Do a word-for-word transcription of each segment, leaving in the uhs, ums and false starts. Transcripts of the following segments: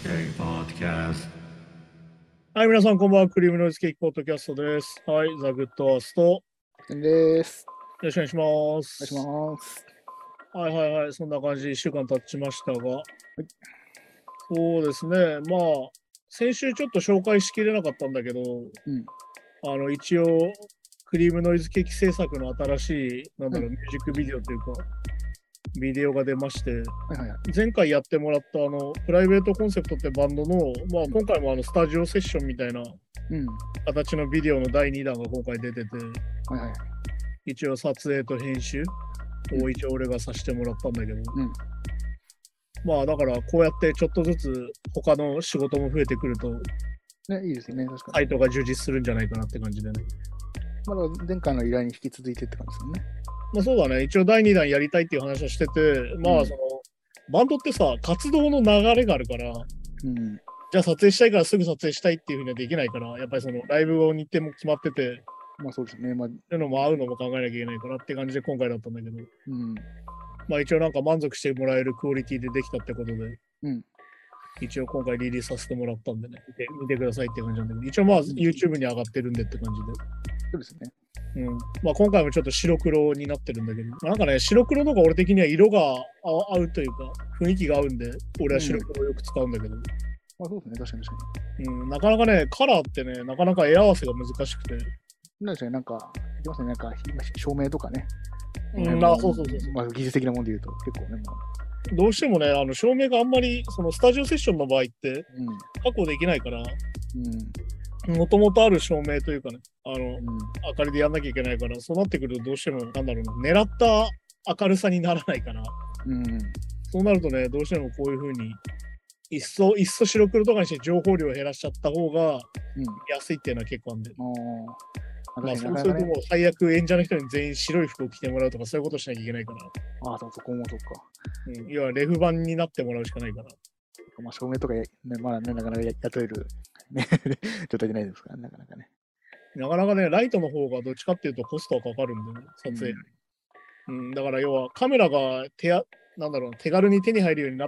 Cake Podcast. はい、皆さん、こんばんは。クリームノイズケーキポッドキャストです。はい、ザ・グッドアースト。よです。 ろしくお願いします。 お願いします。 はいはいはい、そんな感じでいっしゅうかん経ちましたが、そうですね、まあ、先週ちょっと紹介しきれなかったんだけど、 うん。 あの、一応、クリームノイズケーキ制作の新しい、なんだろう、 うんミュージックビデオというか、ビデオが出まして、 はいはいはい。 前回やってもらったあのプライベートコンセプトってバンドの、まあ、今回もあのスタジオセッションみたいなうん。 形のビデオのだいにだんが今回出てて、 はいはいはい。 一応撮影と編集を一応俺がさせてもらったんだけど、 うん。 まあだからこうやってちょっとずつ他の仕事も増えてくると、 ね、いいですね、確かに。 サイトが充実するんじゃないかなって感じでね。 まだ前回の依頼に引き続いてって感じですよね。 まあそうだね、一応だいにだんやりたいっていう話をしてて、まあその、バンドってさ、活動の流れがあるから、 うん。 じゃあ撮影したいからすぐ撮影したいっていうふうにはできないから、やっぱりそのライブの日程も決まってて、 まあそうですね。まあ、 そういうのも合うのも考えなきゃいけないからって感じで今回だったんだけど、 うん。 まあ一応なんか満足してもらえるクオリティでできたってことで、 うん。 一応今回リリースさせてもらったんでね、見て見てくださいって感じなんだけど、一応まあ YouTube に上がってるんでって感じそうですね。 で、うん。まあ今回もちょっと白黒になってるんだけど、なんかね、白黒の方が俺的には色が合合うというか、雰囲気が合うんで、俺は白黒をよく使うんだけど、 まあそうですね、確かに確かうん、なかなかね、カラーってね、なかなか絵合わせが難しくて、 に。なんですね、なんか、いきますね、なんか、今照明とかね。 うん、あ、そうそうそうそう。 まあ技術的なもんで言うと、結構ね、まあ。 どうしてもね、あの照明があんまり、そのスタジオセッションの場合ってうん。 確保できないから、 うん。 もともとある照明というかね、あの、 うん。 明かりでやんなきゃいけないから、そうなってくるとどうしても、なんだろうな、狙った明るさにならないから、 うん。 そうなるとね、どうしてもこういう風に、いっそ、いっそ白黒とかにして情報量を減らしちゃった方がうん。 安いっていうのは結構あるんで。 ああ。 まあ、 確かにそうするとなかなかね。 もう最悪演者の人に全員白い服を着てもらうとかそういうことしなきゃいけないから、 ああ、そう、そこもそうか。 うん、要はレフ版になってもらうしかないから。 まあ照明とか、ね、まだね、なかなか雇える、ね、状態じゃないですから、なかなかね。 なかなかね、ライトの方がどっちかっていうとコストはかかるんでね、撮影。うん、だから要はカメラが手や、なんだろう、手軽に手に入るようになって、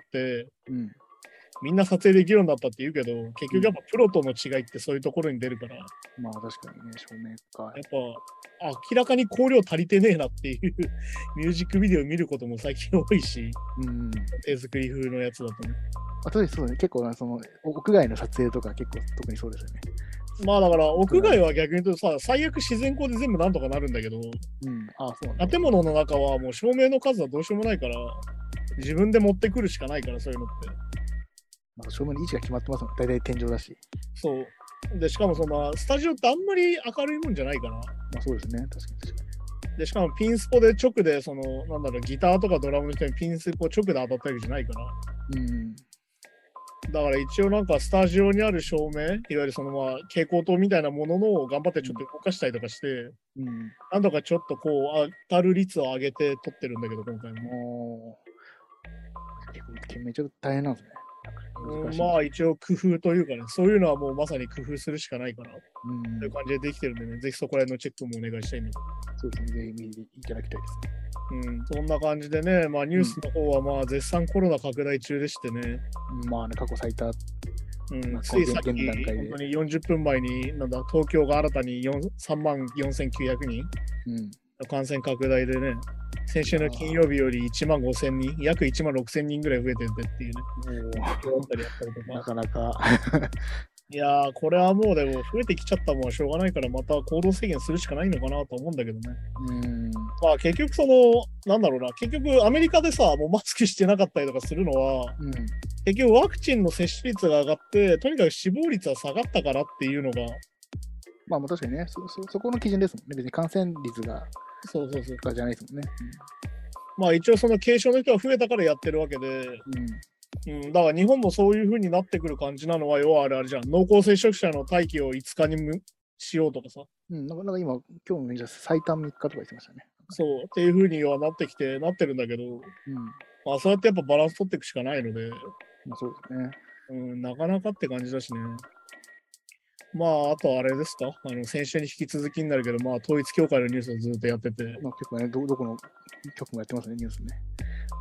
うん。 みんな撮影できるようになったって言うけど、結局やっぱプロとの違いってそういうところに出るから、やっまあ確かにね、照明か。 ぱ明らかに光量足りてねえなっていうミュージックビデオを見ることも最近多いし、 うん。 手作り風のやつだとね。 あそうですそうね、結構その屋外の撮影とか結構特にそうですよね。 まあだから屋外は逆に言うとさ、最悪自然光で全部なんとかなるんだけど、 うん。あそうなんだ。 建物の中はもう照明の数はどうしようもないから、自分で持ってくるしかないから、そういうのって。 まあ、照明の位置が決まってますもん。大体天井だし。 そう。で、しかもそのスタジオってあんまり明るいもんじゃないから。 まあそうですね、確かに確かで、しかもピンスポで直で、その、なんだろう、ギターとかドラムの人にピンスポ直で当たったわけじゃないから。 に。うん。 だから一応なんかスタジオにある照明、いわゆるそのまあ蛍光灯みたいなものの頑張ってちょっと動かしたりとかして、 うん。 なんとかちょっとこう当たる率を上げて撮ってるんだけど、今回も。 もう、結構、めっちゃ大変なんですね。 うん、まあ一応工夫というかね、そういうのはもうまさに工夫するしかないから、 うん。 という感じでできてるんでね、ぜひそこら辺のチェックもお願いしたいんだそうですね、ぜひ見ていただきたいですね。 けど。うん、そんな感じでね、まあニュースの方はまあ絶賛コロナ拡大中でしてね、 うん、まあね、過去最多。 うんまあついさっき、 現段階で本当によんじゅっぷんまえに、なんだ、東京が新たにさんまんよんせんきゅうひゃくにんうん。 の感染拡大でね、先週の金曜日よりいちまんごせんにん、約いちまんろくせんにんぐらい増えててっていうね、 もあったりやったりとう、なか。 かなか。 いやー、これはもうでも増えてきちゃったもんはしょうがないから、また行動制限するしかないのかなと思うんだけどね。 うん。 まあ結局その、なんだろうな、結局アメリカでさ、もうマスクしてなかったりとかするのは、 うん。 結局ワクチンの接種率が上がって、とにかく死亡率は下がったからっていうのが、 まあ、もう確かにねそそ、そこの基準ですもんね。別に感染率がそうそうそう。 とかじゃないですもんね。 まあ一応その軽症の人が増えたからやってるわけで、 うん。 うん、だから日本もそういう風になってくる感じなのは、要はあれあれじゃん、濃厚接触者の待機をいつかにむしようとかさ、 うん、なんかなんか今、今日もじゃ最短みっかとか言ってましたね。 そう、っていう風にはなってきて、なってるんだけど、 うん。 まあそうやってやっぱバランス取っていくしかないので、 まあそうですね。 うん、なかなかって感じだしね。まあ、あとあれですか、あの先週に引き続きになるけど、まあ、統一教会のニュースをずっとやってて、 まあ結構ね、どどこの局もやってますね、ニュースね。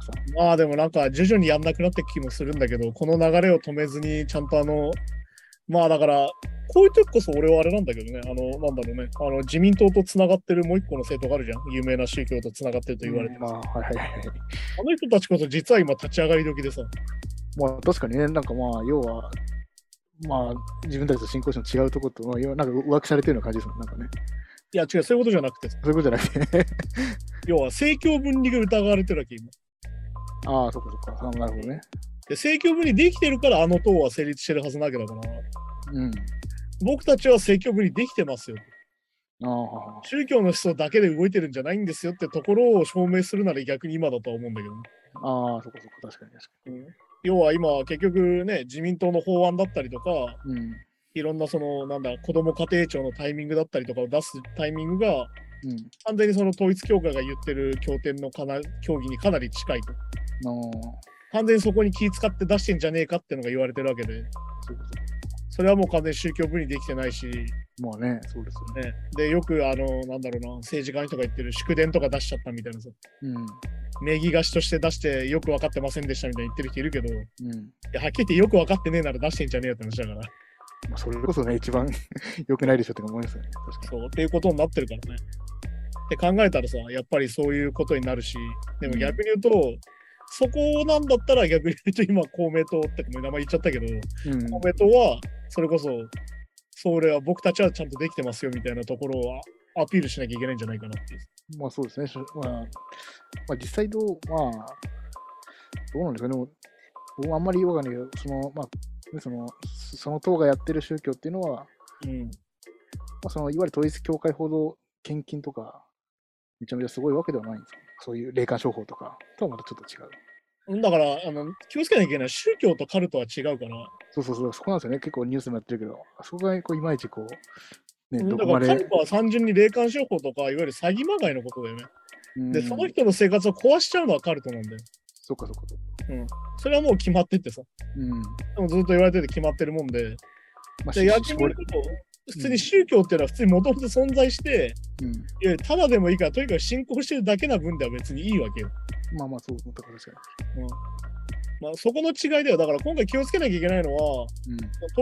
さ。 まあでもなんか徐々にやんなくなって気もするんだけど、この流れを止めずにちゃんとあの、まあだから、こういう時こそ俺はあれなんだけどね、あの、なんだろうね、あの自民党とつながってるもう一個の政党があるじゃん。有名な宗教とつながってると言われてる。 うん、まあ、はいはいはい。 あの人たちこそ実は今立ち上がり時でさ。 まあ確かにね、なんかまあ、要は、まあ、自分たちと信仰心の違うところと、まあ、要はなんか浮気されてるような感じですもん、なんかね。 いや違う、そういうことじゃなくてさ、 そういうことじゃなくて。 要は政教分離が疑われてるわけ、今。 ああ、そっかそっか。あ、なるほどね。 で、政教分離できてるからあの党は成立してるはずなわけだから、 うん。 僕たちは政教分離できてますよ。 ああ、 宗教の思想だけで動いてるんじゃないんですよってところを証明するなら逆に今だとは思うんだけどね。 ああ、そっかそっか。確かに確かうん要は今結局ね、自民党の法案だったりとか、 に。うん。 いろんなそのなんだ子ども家庭庁のタイミングだったりとかを出すタイミングがうん。 完全にその統一教会が言ってる経典のかな教義にかなり近いと。 ああ、 完全にそこに気使って出してんじゃねえかってのが言われてるわけで、 そうかそうか。 それはもう完全に宗教分離できてないし、 まあね、そうですよね。 ね、でよくあのなんだろうな政治家の人が言ってる祝電とか出しちゃったみたいなさ、 うん。 名義貸しとして出してよく分かってませんでしたみたいに言ってる人いるけど、いうん。 やはっきり言ってよく分かってねえなら出してんじゃねえよって話だから。 まあ、それこそね、一番良くないでしょって思いますよね。確かに。 そうっていうことになってるからね。って考えたらさ、やっぱりそういうことになるし、でも逆に言うと、うん、そこなんだったら逆に言うと今公明党って名前言っちゃったけど、うん、公明党はそれこそそれは僕たちはちゃんとできてますよみたいなところはアピールしなきゃいけないんじゃないかなっていう。 まあそうですね。まあ、まあ、実際どう、まあ、どうなんですかね。僕もあんまりよくわかんないけど、その、まあ、その、その党がやってる宗教っていうのは、うんまあ、そのいわゆる統一教会ほど献金とか、めちゃめちゃすごいわけではないんですか。そういう霊感商法とかとはまたちょっと違う。 だからあの気をつけなきゃいけない。宗教とカルトは違うから。 そうそうそう、そこなんですよね。結構ニュースもやってるけど、あそこがこういまいちこう、 ね、どこまで。だからカルトは単純に霊感商法とか、いわゆる詐欺まがいのことだよね。で、その人の生活を壊しちゃうのはカルトなんだよ。 そっかそっか。 うん。それはもう決まってってさ。うん。でもずっと言われてて決まってるもんで。まあ、で、逆に言うと、普通に宗教っていうのは普通にもともと存在して、うん、いわゆるただでもいいから、とにかく信仰してるだけな分では別にいいわけよ。 まあまあ、そう、確かに。 うん。まあ、そこの違いでは、だから今回気をつけなきゃいけないのは、うん、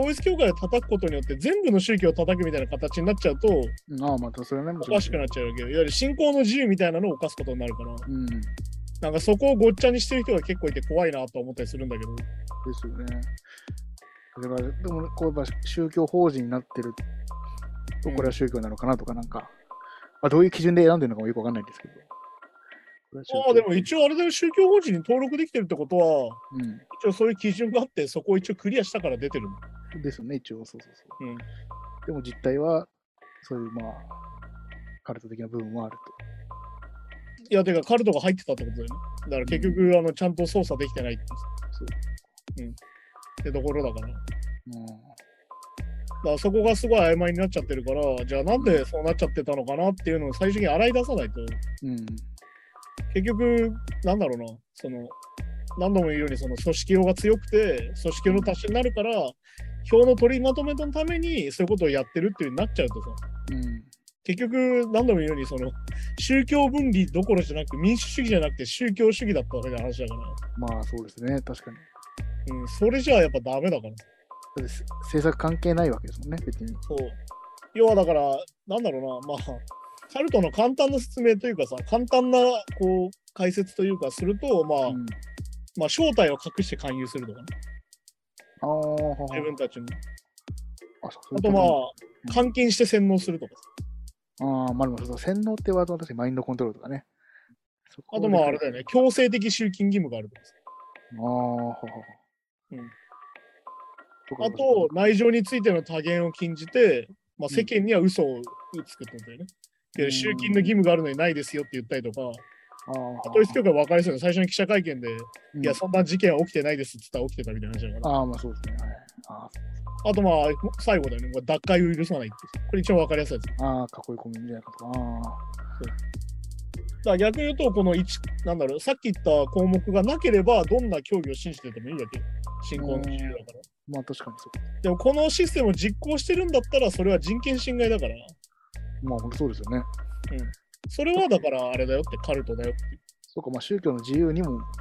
統一教会を叩くことによって全部の宗教を叩くみたいな形になっちゃうと、 うん、ああまあそれはね、 おかしくなっちゃうわけよ。いわゆる信仰の自由みたいなのを犯すことになるから、うん、なんかそこをごっちゃにしてる人が結構いて怖いなと思ったりするんだけど。 ですよね。だからでもこう宗教法人になってると、これは宗教なのかなとか、なんか、まあ、どういう基準で選んでるのかもよくわかんないんですけど。 ああ、でも一応あれだよ、宗教法人に登録できてるってことは、うん、一応そういう基準があって、そこを一応クリアしたから出てるの。ですよね、一応、そうそうそう。うん、でも実態は、そういう、まあ、カルト的な部分もあると。 いや、てか、カルトが入ってたってことだよね。だから結局、うん、あのちゃんと操作できてないって。そう。うん。ってところだから。うん。だからそこがすごい曖昧になっちゃってるから、じゃあなんでそうなっちゃってたのかなっていうのを最初に洗い出さないと。うん。結局、なんだろうな、その、何度も言うように、その組織用が強くて、組織用の足しになるから、票の取りまとめのためにそういうことをやってるっていう風になっちゃうとさ、うん、結局、何度も言うように、その、宗教分離どころじゃなくて、民主主義じゃなくて宗教主義だったわけの話だから。 まあ、そうですね、確かに。 うん、それじゃあやっぱダメだから。 政策関係ないわけですもんね、別に。 そう。要はだから、なんだろうな、まあ、カルトの簡単な説明というかさ、簡単なこう解説というかすると、まあ、うん、まあ正体を隠して勧誘するとかね。 ああ、 自分たちに。あ, そうあとまあ、監禁して洗脳するとかさ。 ああ、まあでも洗脳ってワードは確かにマインドコントロールとかね。 あとまああれだよね、強制的集金義務があるとかさ。 ああ、 うん。あと、内情についての多言を禁じて、まあ、世間には嘘をつくってことだよね。うん、集金の義務があるのにないですよって言ったりとか、統一教会分かりそうな最初に記者会見で、うん、いや、そんな事件は起きてないですって言ったら起きてたみたいな話だから。 ああ、まあそうですね。はい、あ, あとまあ、最後だよね。脱会を許さないって。これ一番分かりやすいやつ。 ああ、囲い込みみたいなことか。ああ。 だから逆に言うと、このいち、なんだろう、さっき言った項目がなければ、どんな教義を信じててもいいわけよ。信仰の自由だから。 まあ確かにそう。 でもこのシステムを実行してるんだったら、それは人権侵害だから。 まあ本当そうですよね。 うん。それはだからあれだよって、カルトだよって。 そうか、まあ宗教の自由にも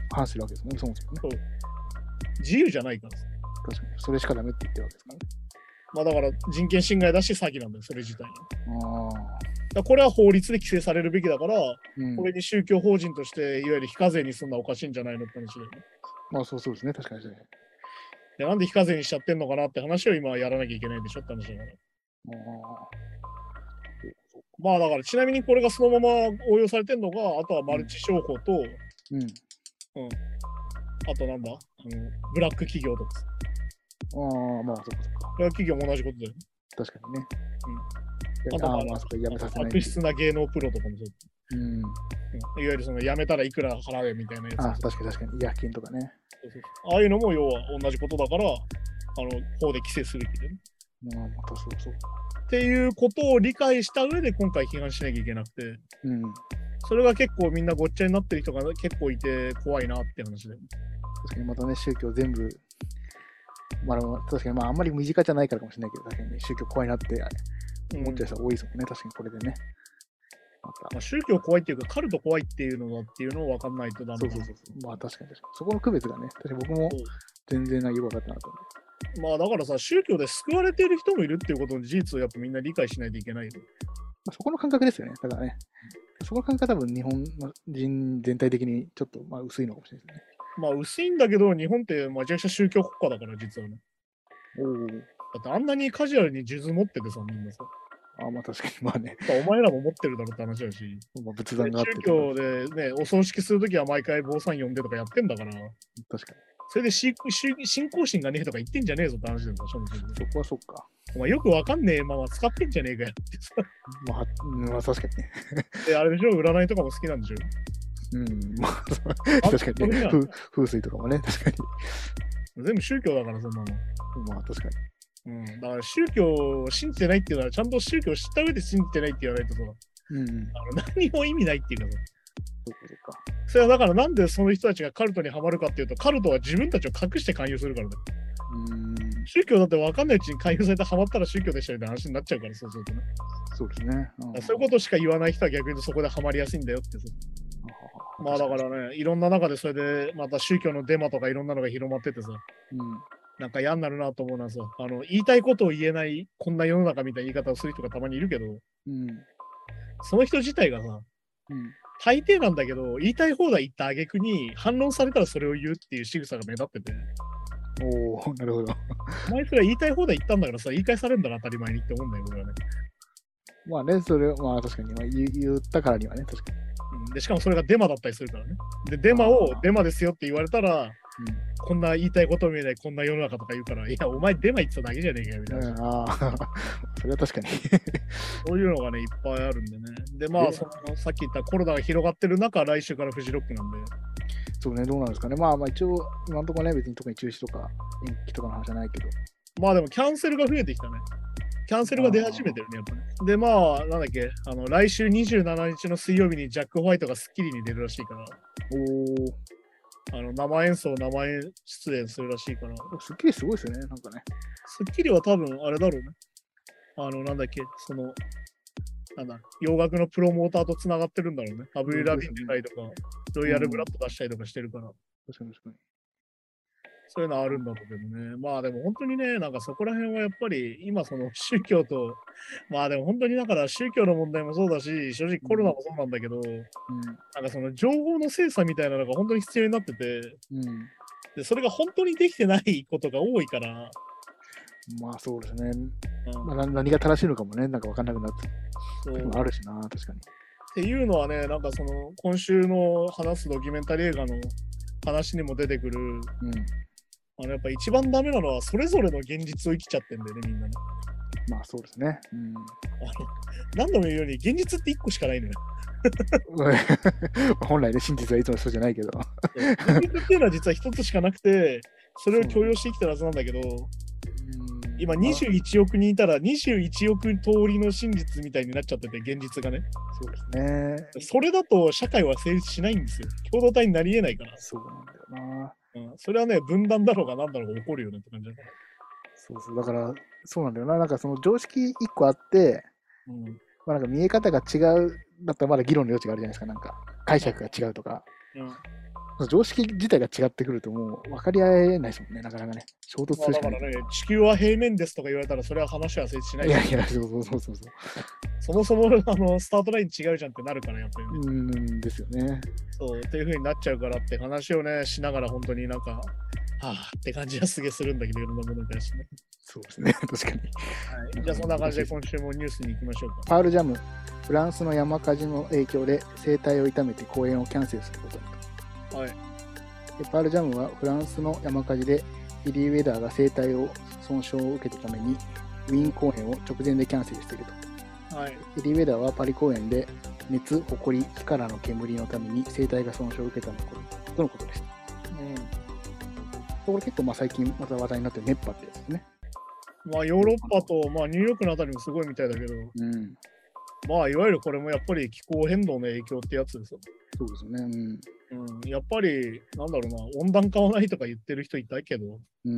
反してるわけですね、そもそもね。 そう自由じゃないから。 確かに。それしかダメって言ってるわけですからね。 まあだから人権侵害だし詐欺なんだよ、それ自体に。 ああ。 だからこれは法律で規制されるべきだから、 うん、 これに宗教法人としていわゆる非課税にするのはおかしいんじゃないのって話だよね。 まあそうそうですね、確かに。 でなんで非課税にしちゃってんのかなって話を今やらなきゃいけないでしょって話だから。 あまあだからちなみにこれがそのまま応用されてるのが、あとはマルチ商法と、 うん。うん。 あとなんだあのブラック企業とか。 ああ、まあそっかそっか。 ブラック企業も同じことだよね。 確かにね。 うん。あとは、 ああ、まあそっか、やめさせない。 悪質な芸能プロとかもそう。 うん。 うん、いわゆるその辞めたらいくら払えみたいなやつ。 ああ、確かに確かに。違約金とかね。 そうそうそうああいうのも要は同じことだから、あの法で規制すべきで、ね。 まあ、またそうそう。 っていうことを理解した上で今回批判しなきゃいけなくて、 うん。 それが結構みんなごっちゃになってる人が結構いて怖いなって話で。 確かにまたね、宗教全部、まあ、確かにまああんまり身近じゃないからかもしれないけど、確かに宗教怖いなって思っちゃう人多いですもんね、うん、確かにこれでね。 またまあ、宗教怖いっていうか、カルト怖いっていうのだっていうのを分かんないとダメだ。 そうそうそうそう。まあ確かに確かに。そこの区別がね、確かに僕も全然よく分かったなと思う。まあだからさ、宗教で救われている人もいるっていうことの事実をやっぱみんな理解しないといけないよ。 まあ、そこの感覚ですよね。だからね。そこの感覚は多分日本の人全体的にちょっとまあ薄いのかもしれないですね。 まあ薄いんだけど、日本ってめちゃくちゃ宗教国家だから、実はね。 おだってあんなにカジュアルに数珠持っててさ、みんなさ。 あまあ確かに、まあね。 お前らも持ってるだろって話だし。 まあ、仏壇があって宗教でね、お葬式するときは毎回坊さん呼んでとかやってんだから。 確かに。 それで信仰心がねえとか言ってんじゃねえぞって話だよ、そそこはそっか。 お前よくわかんねえまま使ってんじゃねえかよってさ。 まあ、まあ、確かにね。 で、あれでしょ、占いとかも好きなんでしょ。 うん、まあ、確かにね。風水とかもね、確かに。 全部宗教だから、そんなの。 まあ、確かに。 うん、だから宗教を信じてないっていうのは、ちゃんと宗教を知った上で信じてないって言わないとさ、 うん、 あの何も意味ないっていうかさ。 そうかそうか。 それはだからなんでその人たちがカルトにはまるかっていうと、カルトは自分たちを隠して勧誘するからだよ。 うん宗教だって分かんないうちに勧誘されてハマったら宗教でしたよって話になっちゃうから、そうするとね。 そうですね。 うん、そういうことしか言わない人は逆にそこでハマりやすいんだよってさ。まあだからね、いろんな中でそれでまた宗教のデマとかいろんなのが広まっててさ、うん、なんか嫌になるなと思うのはさ、あの言いたいことを言えないこんな世の中みたいな言い方をする人がたまにいるけど、うん、その人自体がさ、うん、大抵なんだけど、言いたい放題言った挙句に反論されたらそれを言うっていう仕草が目立ってて。 おお、なるほど。 お前それは言いたい放題言ったんだからさ、言い返されるんだな、当たり前にって思うんだよ、俺はね。 まあね、それはまあ確かに、まあ、言, 言ったからにはね、確かに。 うん、でしかもそれがデマだったりするからね。で、デマをデマですよって言われたら、うん、こんな言いたいこと見えない、こんな世の中とか言うから、いや、お前デマ言ってただけじゃねえかよ、みたいな。うん、ああ、 それは確かに。 そういうのがね、いっぱいあるんでね。で、まあ、そのさっき言ったコロナが広がってる中、来週からフジロックなんで。 そうね、どうなんですかね。まあまあ一応、今のところね、別に特に中止とか延期とかの話じゃないけど。 まあでもキャンセルが増えてきたね。キャンセルが出始めてるね、やっぱね。で、まあ、なんだっけ、あの、来週にじゅうしちにちの水曜日にジャック・ホワイトがスッキリに出るらしいから。おあの、生演奏、生出演するらしいから。 スッキリすごいですよね、なんかね。 スッキリは多分、あれだろうね。あの、なんだっけ、その、なんだ、洋楽のプロモーターとつながってるんだろうね。アブリラビン出たりとか、ロイヤルブラッド出したりとかしてるから。 確かに確かに。 そういうのあるんだろうけどね。まあでも本当にね、なんかそこら辺はやっぱり今その宗教と、まあでも本当にだから宗教の問題もそうだし、正直コロナもそうなんだけど、うん、なんかその情報の精査みたいなのが本当に必要になってて、うん、でそれが本当にできてないことが多いから。 まあそうですね。うん、まあ、何が正しいのかもね、なんか分かんなくなってあるしな、確かに。 っていうのはね、なんかその今週の話すドキュメンタリー映画の話にも出てくる、うんあのやっぱ一番ダメなのはそれぞれの現実を生きちゃってんだよね、みんなね。 まあそうですね。うん、 あの何度も言うように、現実って一個しかないのよ。 本来ね、真実はいつもそうじゃないけど。 現実っていうのは実は一つしかなくて、それを強要してきたはずなんだけど、今にじゅういちおく人いたらにじゅういちおく通りの真実みたいになっちゃってて、現実がね。 そうですね。 それだと社会は成立しないんですよ。共同体になり得ないから。 そうなんだよな。 うん、それはね、分断だろうが何だろうが起こるよねって感じだから。 そうそう、だから、そうなんだよな。なんかその常識いっこあって、うん、まあなんか見え方が違うだったらまだ議論の余地があるじゃないですか。なんか解釈が違うとか。うん、 常識自体が違ってくるともう分かり合えないですもんね、なかなかね。衝突するしかない。 だからね、地球は平面ですとか言われたら、それは話は成立しない。 いやいや、そうそうそうそう。 そもそもあのスタートライン違うじゃんってなるから、やっぱり、 ね。うんですよね。 そう、っていう風になっちゃうからって話をね、しながら本当になんか、はあって感じがすげえするんだけど、いろんなものに対してね。 そうですね、確かに。はい、 じゃあそんな感じで今週もニュースに行きましょうか。 パールジャム、フランスの山火事の影響で声帯を痛めて公演をキャンセルすることにと。はい。でパールジャムはフランスの山火事でエディ・ウェダーが声帯を損傷を受けたためにウィーン公演を直前でキャンセルしていると。はい、エディ・ウェダーはパリ公演で熱、ほこり、火からの煙のために声帯が損傷を受けたとのことです。うん、これ結構まあ最近また話題になってる熱波ってやつですね。 まあヨーロッパと、まあ、ニューヨークのあたりもすごいみたいだけど、うん、まあいわゆるこれもやっぱり気候変動の影響ってやつですよ。 そうですね。うんうん、やっぱりなんだろうな、温暖化はないとか言ってる人いたけど、うん、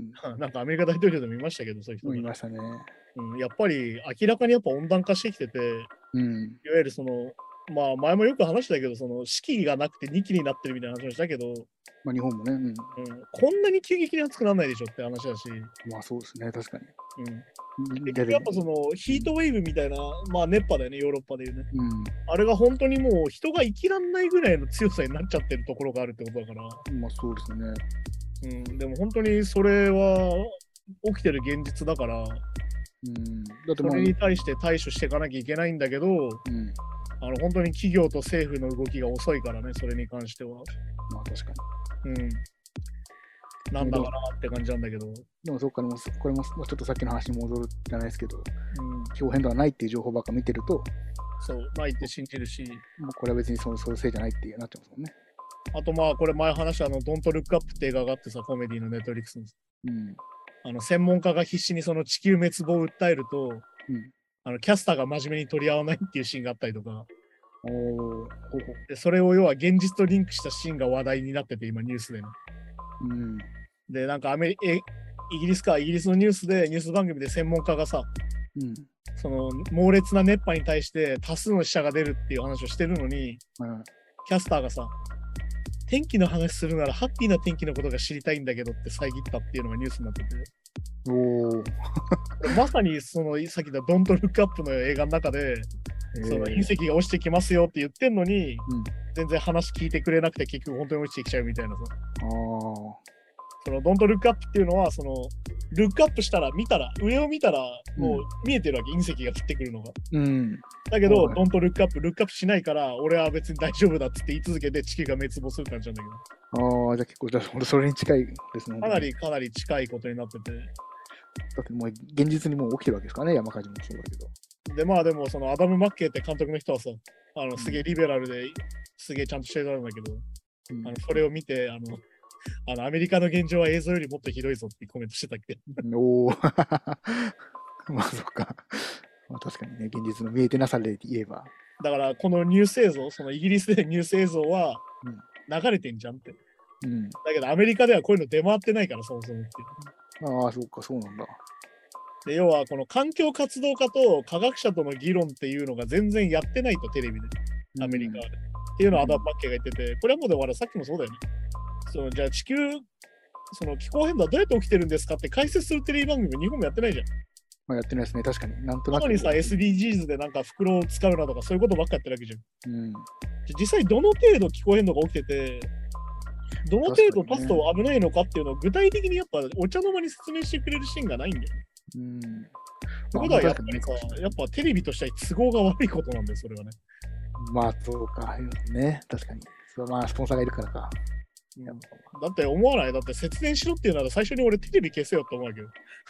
なんかアメリカ大統領でも見ましたけど、そういう人見ましたね。 うん、やっぱり明らかにやっぱ温暖化してきてて、うん、いわゆるそのまあ前もよく話したけど、その四季がなくてにきになってるみたいな話をしたけど、 まあ日本もね、うんうん、 こんなに急激に暑くならないでしょって話だし、 まあそうですね、確かに。 うん、やっぱそのヒートウェーブみたいな、まあ熱波だよね、ヨーロッパでいうね、うん、あれが本当にもう人が生きらんないぐらいの強さになっちゃってるところがあるってことだから、 まあそうですね。 うん、でも本当にそれは起きてる現実だから、うん、だってそれに対して対処していかなきゃいけないんだけど、うん、あの本当に企業と政府の動きが遅いからね、それに関しては。 まあ確かに。うん。なんだかなって感じなんだけど。 でもそっか、でもこれもちょっとさっきの話に戻るじゃないですけど、うん、気候変動はないっていう情報ばっか見てると、 そう、ないって信じるし、 もうこれは別にそのそういうせいじゃないってなってますもんね。 あとまあ、これ前話したあの、ドントルックアップって映画があってさ、コメディのネットフリックスの。うん。あの、専門家が必死にその地球滅亡を訴えると、うん、あの、キャスターが真面目に取り合わないっていうシーンがあったりとか、おでそれを要は現実とリンクしたシーンが話題になってて、今ニュースでね。うん、で、なんかアメリえイギリスか、イギリスのニュースで、ニュース番組で専門家がさ、うん、その猛烈な熱波に対して多数の死者が出るっていう話をしてるのに、うん、キャスターがさ、天気の話するならハッピーな天気のことが知りたいんだけどって遮ったっていうのがニュースになってて。おまさにそのさっき言ったドントルックアップの映画の中で、その隕石が落ちてきますよって言ってんのに、うん、全然話聞いてくれなくて結局本当に落ちてきちゃうみたいなさ。あそのドントルックアップっていうのは、そのルックアップしたら見たら上を見たらもう見えてるわけ、うん、隕石が降ってくるのが。うん、だけど、ドントルックアップルックアップしないから俺は別に大丈夫だっつって言い続けて地球が滅亡する感じなんだけど。ああ、じゃあ結構じゃあそれに近いですね。 かなりかなり近いことになってて。 だってもう現実にもう起きてるわけですからね、山火事もそうだけど。 でまあでもそのアダム・マッケイって監督の人はさ、あのすげえリベラルですげえちゃんとしてたんだけど、うん、あのそれを見てあのあのアメリカの現状は映像よりもっとひどいぞってコメントしてたっけ。おおまあそっか、まあ、確かにね、現実の見えてなさで言えば。 だからこのニュース映像、そのイギリスでニュース映像は流れてんじゃんって、うん、だけどアメリカではこういうの出回ってないからそもそもっていう。 ああそっか、そうなんだ。 で要はこの環境活動家と科学者との議論っていうのが全然やってないと、テレビでアメリカで、うん、っていうのをアダム・マッケイが言ってて、これはもうでもさっきもそうだよね。そのじゃあ地球その気候変動はどうやって起きてるんですかって解説するテレビ番組日本もやってないじゃん。 まあ、やってないですね、確かに。なんとなく。 なのにさ エスディージーズ でなんか袋を使うなとかそういうことばっかやってるわけじゃん。うん、実際どの程度気候変動が起きてて、どの程度経つと危ないのかっていうのを具体的にやっぱお茶の間に説明してくれるシーンがないんだよね。うん。ってことはやっぱりさ、やっぱテレビとしては都合が悪いことなんだよ、それはね。 まあそうか、ね、確かに。そうまあスポンサーがいるからか。 うん、だって思わない？だって節電しろっていうなら最初に俺テレビ消せよって思うわけど。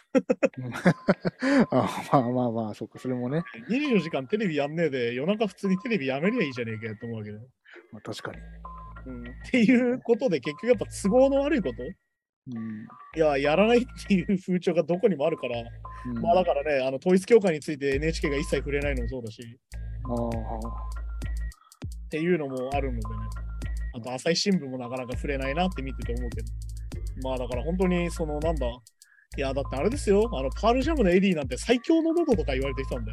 あまあまあまあ、そうか、それもね。 にじゅうよじかんテレビやんねえで夜中普通にテレビやめりゃいいじゃねえかよって思うわけだよ。 まあ確かに。 うん、っていうことで結局やっぱ都合の悪いこと、うん、いややらないっていう風潮がどこにもあるから、うん、まあだからね、あの統一教会について エヌエイチケー が一切触れないのもそうだし、あっていうのもあるのでね、あと朝日新聞もなかなか触れないなって見てて思うけど、まあだから本当にそのなんだ、いやだってあれですよ、あのパールジャムのエディなんて最強の喉とか言われてきたんだよ。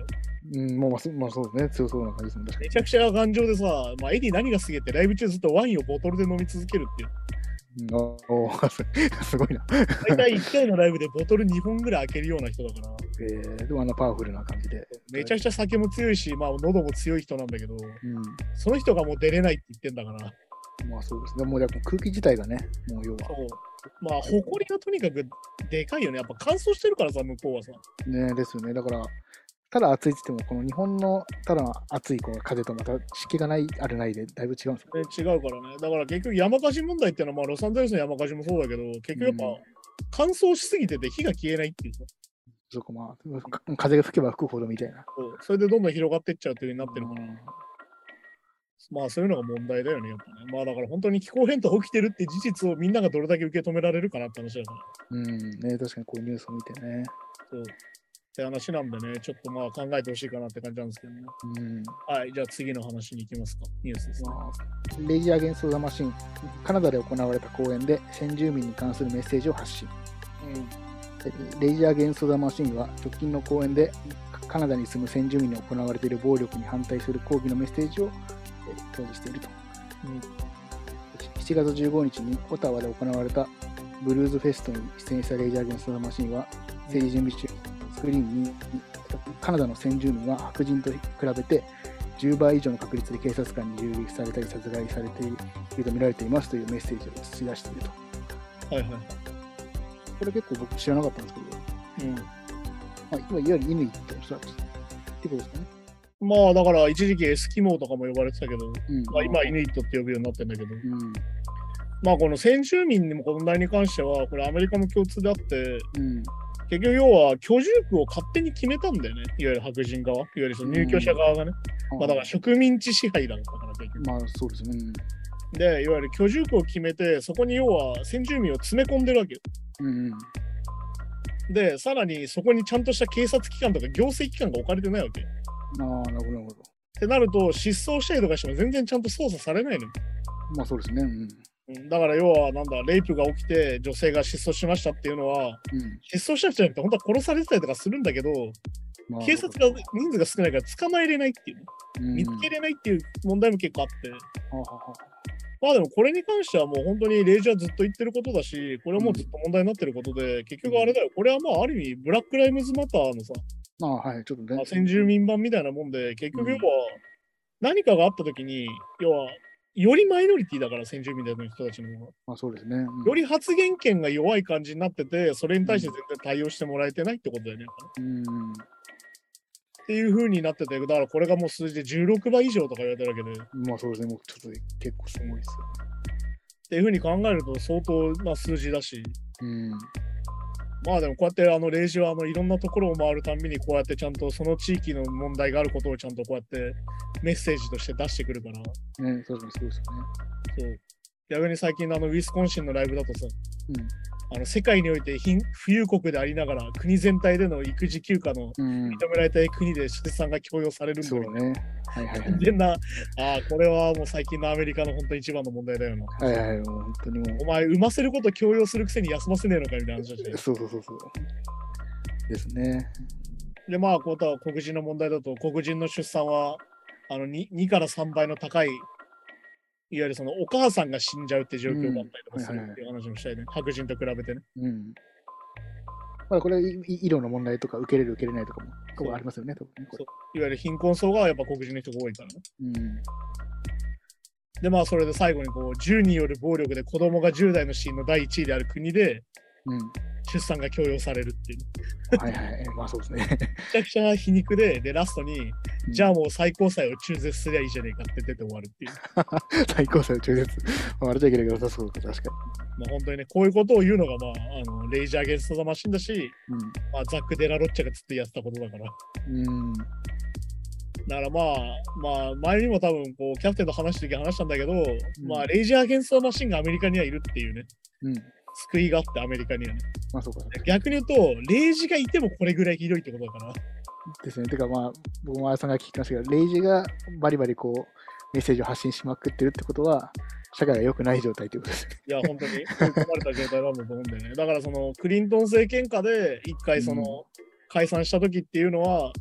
うん、もうまあ、そまあ、そうですね。強そうな感じですね。確かに。 めちゃくちゃ頑丈でさ、まあ、エディ何がすげえってライブ中ずっとワインをボトルで飲み続けるっていう。 うん、おおすすごいな。 大体いっかいのライブでボトルにほんぐらい開けるような人だから。 えー、でもあんなパワフルな感じで。 めちゃくちゃ酒も強いし、まあ喉も強い人なんだけど、 うん、 その人がもう出れないって言ってんだから。 まあそうですね。もう空気自体がね、もう要は。 そう。まあ、埃がとにかくでかいよね。やっぱ乾燥してるからさ、向こうはさ。 ねですよね。だから、ただ暑いって言っても、この日本のただの暑いこう風とまた湿気がない、あるないでだいぶ違うんですよね。違うからね。だから結局山火事問題っていうのは、まあロサンゼルスの山火事もそうだけど、結局やっぱ乾燥しすぎてて火が消えないっていうさ。 そうか、まあ、風が吹けば吹くほどみたいな。 そう。それでどんどん広がってっちゃうっていう風になってるから。まあそういうのが問題だよね、やっぱね。まあだから本当に気候変動起きてるって事実をみんながどれだけ受け止められるかなって話だから。 うん、ね、確かにこういうニュースを見てね。 そう。って話なんでね、ちょっとまあ考えてほしいかなって感じなんですけどね。うん、はい、じゃあ次の話に行きますか。ニュースですね。まあ、レイジー・アゲンスト・ザ・マシン、カナダで行われた講演で先住民に関するメッセージを発信。うん、レイジー・アゲンスト・ザ・マシンは直近の講演でカナダに住む先住民に行われている暴力に反対する抗議のメッセージを表示していると。うん、しちがつじゅうごにちにオタワで行われたブルーズフェストに出演したレイジー・アゲンスト・ザ・マシンは政治準備中スクリーンにカナダの先住民は白人と比べてじゅうばい以上の確率で警察官に銃撃されたり殺害されていると見られていますというメッセージを映し出していると。はいはい。これ結構僕知らなかったんですけど、うん、まあ、いわゆるイヌイットの人たちってことですかね。 まあだから一時期エスキモーとかも呼ばれてたけど、うん、まあ、今イヌイットって呼ぶようになってるんだけど、うん、まあこの先住民の問題に関してはこれアメリカも共通であって、うん、結局要は居住区を勝手に決めたんだよね、いわゆる白人側、いわゆるその入居者側がね、うん、まあだから植民地支配だったから結局。 まあそうですね。 で、いわゆる居住区を決めて、そこに要は先住民を詰め込んでるわけよ。うんうん、で、さらにそこにちゃんとした警察機関とか行政機関が置かれてないわけ。 ああ、なるほど、なるほど。 ってなると、失踪したりとかしても全然ちゃんと捜査されないのよ。 まあそうですね。 うん、だから要は、なんだ、レイプが起きて女性が失踪しましたっていうのは、うん、失踪した人じゃなくて、本当は殺されてたりとかするんだけど、まあ、警察が人数が少ないから捕まえれないっていう、うん、見つけれないっていう問題も結構あって。はははまあでもこれに関してはもう本当にレイジはずっと言ってることだし、これはもうずっと問題になってることで、うん、結局あれだよ、これはまあある意味、ブラック・ライムズ・マターのさ、 まあはい、ちょっとね。 まあ、先住民版みたいなもんで、結局要は何かがあったときに、要は、よりマイノリティだから、先住民の人たちの方が。 まあそうですね、うん。 より発言権が弱い感じになってて、それに対して全然対応してもらえてないってことだよね。うん、っていう風になってて、だからこれがもう数字でじゅうろくばい以上とか言われてるわけで。 まあそうですね、もうちょっと結構すごいですよ。 っていう風に考えると相当な数字だし。うん、まあでもこうやってあのレイジはあのいろんなところを回るたんびにこうやってちゃんとその地域の問題があることをちゃんとこうやってメッセージとして出してくるから。 ね、そうですよね。 そう。逆に最近のあのウィスコンシンのライブだとさ、うん、あの世界において貧富裕国でありながら国全体での育児休暇の認められたい国で出産が強要されるんだよ、 うん、そうね。はいはい、はい。 完全な、ああ、これはもう最近のアメリカの本当に一番の問題だよな。 はいはい、もう本当にもう。 お前、産ませること強要するくせに休ませねえのかみたいな話だし。 そうそうそうそう。ですね。 で、まあ、こういった黒人の問題だと、黒人の出産はあの 2, にからさんばいの高い、いわゆるそのお母さんが死んじゃうって状況だったりとかするっていう話もしたいね。白人と比べてね。うん。 まあ、これ、医療の問題とか、受けれる、受けれないとかも、とかありますよね、 そうそういわゆる貧困層がやっぱ黒人の人が多いからね。うん。で、まあ、それで最後にこう、銃による暴力で子供がじゅう代の死因のだいいちいである国で、うん、出産が強要されるっていう。 はいはい、まあそうですね。 めちゃくちゃ皮肉で、で、ラストに、うん、じゃあもう最高裁を中絶すりゃいいじゃねえかって出て終わるっていう。 最高裁を中絶。あれじゃいけないけど、そうか、確かに。 まあ本当にね、こういうことを言うのが、まあ、あのレイジー・アゲンスト・ザ・マシンだし、うんまあ、ザック・デラ・ロッチャがずっとやってたことだから。うんだからまあ、まあ、前にも多分こうキャプテンと話した時話したんだけど、うん、まあ、レイジー・アゲンスト・マシンがアメリカにはいるっていうね、うん、救いがあって、アメリカにはね。 まあ、そうか逆に言うと、レイジがいてもこれぐらいひどいってことだから。 ですね。てかまあ、僕もあやさんが聞きましたけど、レイジがバリバリこう、メッセージを発信しまくってるってことは、社会が良くない状態ということですね。 いや、本当に追い込まれた状態なんだと思うんだよね。だから、そのクリントン政権下で一回その、うん、解散した時っていうのは、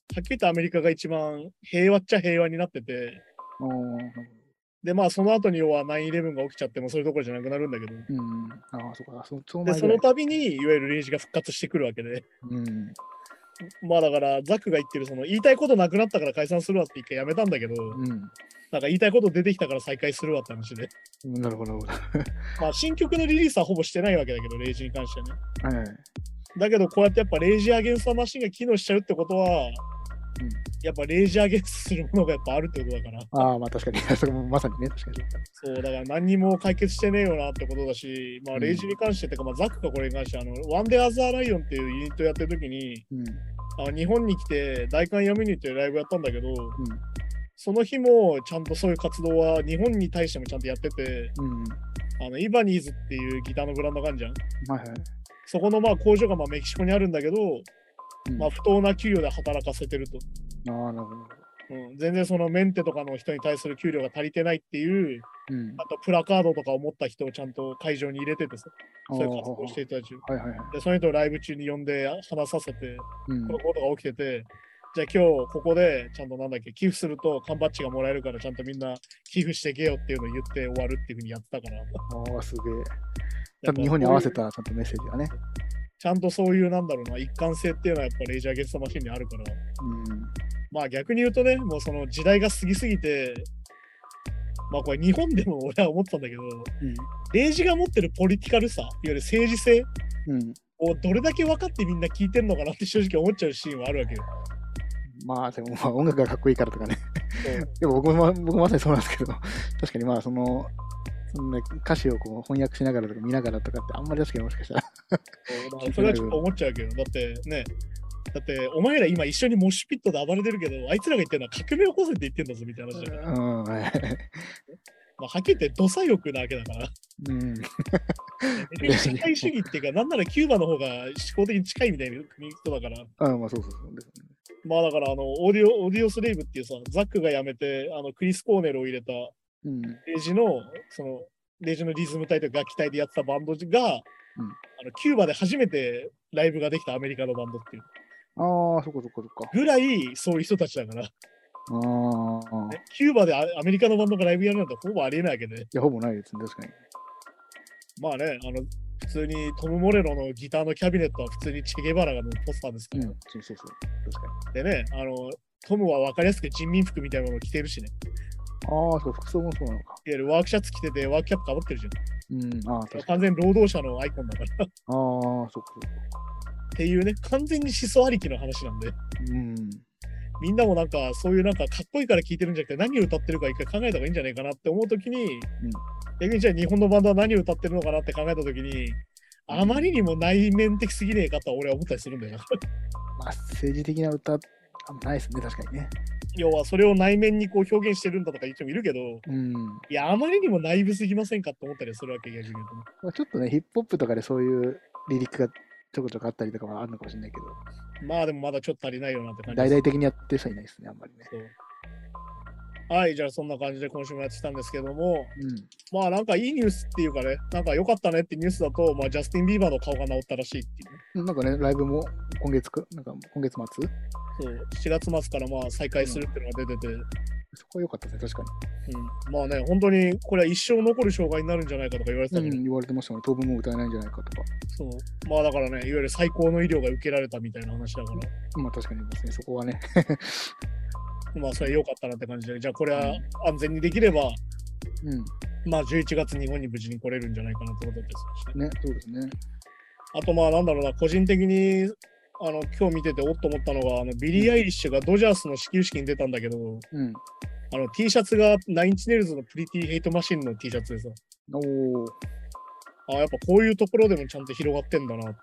っきり言ってアメリカが一番平和っちゃ平和になってて、で、まあその後に要はナインイレブンが起きちゃってもそれどころじゃなくなるんだけど、 うん、ああ、そうか、そそので、その度にいわゆるレイジが復活してくるわけで、 うん、 まあだからザックが言ってるその言いたいことなくなったから解散するわって一回やめたんだけど、うん、なんか言いたいこと出てきたから再開するわって話で。 なるほど。 まあ新曲のリリースはほぼしてないわけだけど、レイジに関してはね。 はいはい、 だけどこうやってやっぱレイジアゲンストマシンが機能しちゃうってことは、うん、やっぱレイジアゲンストするものがやっぱあるってことだから。 ああ、まあ確かに。それもまさにね、確かに。 そう、だから何にも解決してねえよなってことだし、まあレイジに関してってか、まあザックがこれに関して、あの、ワンデアザーライオンっていうユニットやってる時に、うん、あの日本に来て大観闇にっていうライブやったんだけど、うん、その日もちゃんとそういう活動は日本に対してもちゃんとやってて、うん、あのイバニーズっていうギターのブランドがあるじゃん。はいはい、そこのまあ工場がまあメキシコにあるんだけど、うん、まあ不当な給料で働かせてると。ああ、なるほど。うん、全然そのメンテとかの人に対する給料が足りてないっていう、うん、あとプラカードとかを持った人をちゃんと会場に入れててさ、そういう活動していた人たち、はいはいはい、でその人をライブ中に呼んで話させて、うん、このことが起きてて、じゃあ今日ここでちゃんとなんだっけ、寄付すると缶バッジがもらえるからちゃんとみんな寄付してけよっていうのを言って終わるっていうふうにやってたから。 ああ、すげえ。日本に合わせたちゃんとメッセージがね。 ちゃんとそういうなんだろうな、一貫性っていうのはやっぱレイジャーゲンストマシンにあるから。うん、まあ逆に言うとね、もうその時代が過ぎすぎて、まあこれ日本でも俺は思ってたんだけど、うん、レイジが持ってるポリティカルさ、いわゆる政治性をどれだけ分かってみんな聞いてんのかなって正直思っちゃうシーンはあるわけよ。 まあでもまあ音楽がかっこいいからとかね。でも僕も僕もまさにそうなんですけど、確かにまあその、そのね、歌詞をこう翻訳しながらとか見ながらとかってあんまり確かにもしかしたら。 それはちょっと思っちゃうけど、だってね、だってお前ら今一緒にモッシュピットで暴れてるけど、あいつらが言ってるのは革命を起こせって言ってんだぞみたいな話だから。うん、はい。まあ、はっきり言って土左翼なわけだから。うん。社会主義っていうか、なんならキューバの方が思考的に近いみたいな人だから。 あまあそうそうそう。 まあだからあのオーディオ、オーディオスレイブっていうさ、ザックが辞めて、あのクリス・コーネルを入れた、うん、レイジの、その、レイジのリズム隊とか楽器隊でやってたバンドが、うん、あのキューバで初めてライブができたアメリカのバンドっていう。 ああ、そこそこそこ。 ぐらいそういう人たちだから。ああ、ね。キューバでアメリカのバンドがライブやるなんてほぼありえないわけで。いや、ほぼないですね、確かに。 まあね、あの、普通にトム・モレロのギターのキャビネットは普通にチェゲバラがのポスターですから。うん、そうそうそう。確かに。でね、あの、トムは分かりやすく人民服みたいなものを着てるしね。 ああ、そう、服装もそうなのか。 いわゆるワークシャツ着ててワークキャップかぶってるじゃん。うん、ああ、完全労働者のアイコンだから。ああ、 そっかそっか。 っていうね、完全に思想ありきの話なんで。うん。みんなもなんか、そういうなんかかっこいいから聴いてるんじゃなくて、何を歌ってるか一回考えた方がいいんじゃないかなって思うときに、うん、逆にじゃあ日本のバンドは何を歌ってるのかなって考えたときに、あまりにも内面的すぎねえかと俺は思ったりするんだよな。 まあ、政治的な歌、ないですね、確かにね。 要はそれを内面にこう表現してるんだとか言ってもいるけど、うん、いや、あまりにも内部すぎませんかって思ったりするわけ、逆に言うと、ね。 まあ、ちょっとね、ヒップホップとかでそういうリリックがちょこちょこあったりとかはあるのかもしれないけど。 まあでもまだちょっと足りないよなって感じです。大々的にやってる人はいないですね、あんまりね。そうはい、じゃあそんな感じで今週もやってきたんですけども、うん、まあなんかいいニュースっていうかね、なんか良かったねってニュースだと、まあ、ジャスティン・ビーバーの顔が治ったらしいっていうね。なんかね、ライブも今月か、なんか今月末そう、しちがつ末からまあ再開するっていうのが出てて、うん、 そこは良かったですね、確かに。うん、まあね、本当にこれは一生残る障害になるんじゃないかとか言われてたけど、 うん、言われてましたね、当分も歌えないんじゃないかとか。 そう、まあだからね、いわゆる最高の医療が受けられたみたいな話だから。 まあ確かにですね、そこはね。 まあそれ良かったなって感じで、じゃあこれは安全にできれば、うん、まあじゅういちがつ日本に無事に来れるんじゃないかなってことですね。ね、そうですね。 あとまあなんだろうな、個人的にあの今日見てておっと思ったのが、あのビリー・アイリッシュがドジャースの始球式に出たんだけど、うん、あの T シャツがナインチネイルズのプリティ・ヘイト・マシンの T シャツでさ。おー。あ、やっぱこういうところでもちゃんと広がってんだなって。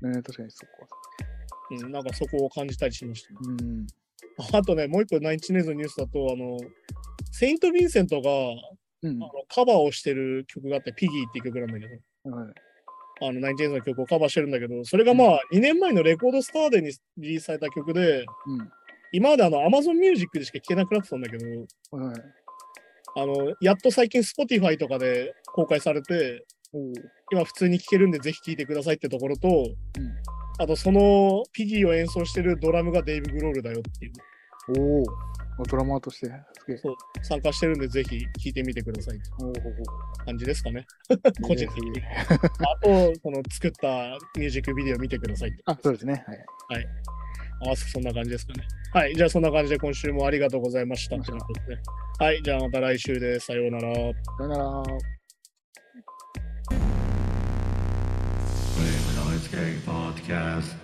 ね、確かにそこは。 うん、なんかそこを感じたりしました、ね。うんあとね、もう一個ナインチネイルズのニュースだと、あの、セイント・ヴィンセントが、うん、あのカバーをしてる曲があって、ピギーっていう曲なんだけど、はい、あのナインチネイルズの曲をカバーしてるんだけど、それがまあ、にねんまえのレコードスターデーにリリースされた曲で、うん、今まであの Amazon Music でしか聴けなくなってたんだけど、はい、あのやっと最近 Spotify とかで公開されて、今普通に聴けるんでぜひ聴いてくださいってところと、うんあと、そのピギーを演奏してるドラムがデイブ・グロールだよっていう。 おお、ドラマーとしてすげえ。 そう、参加してるんで、ぜひ聴いてみてくださいという感じですかね。個人的に。あと、その作ったミュージックビデオ見てくださいと。 あ、そうですね。はい。 はい。あ、そんな感じですかね。はい。じゃあ、そんな感じで今週もありがとうございました。はい。じゃあ、また来週です。さようなら。 さようなら。 Flame Noise Gang Podcast.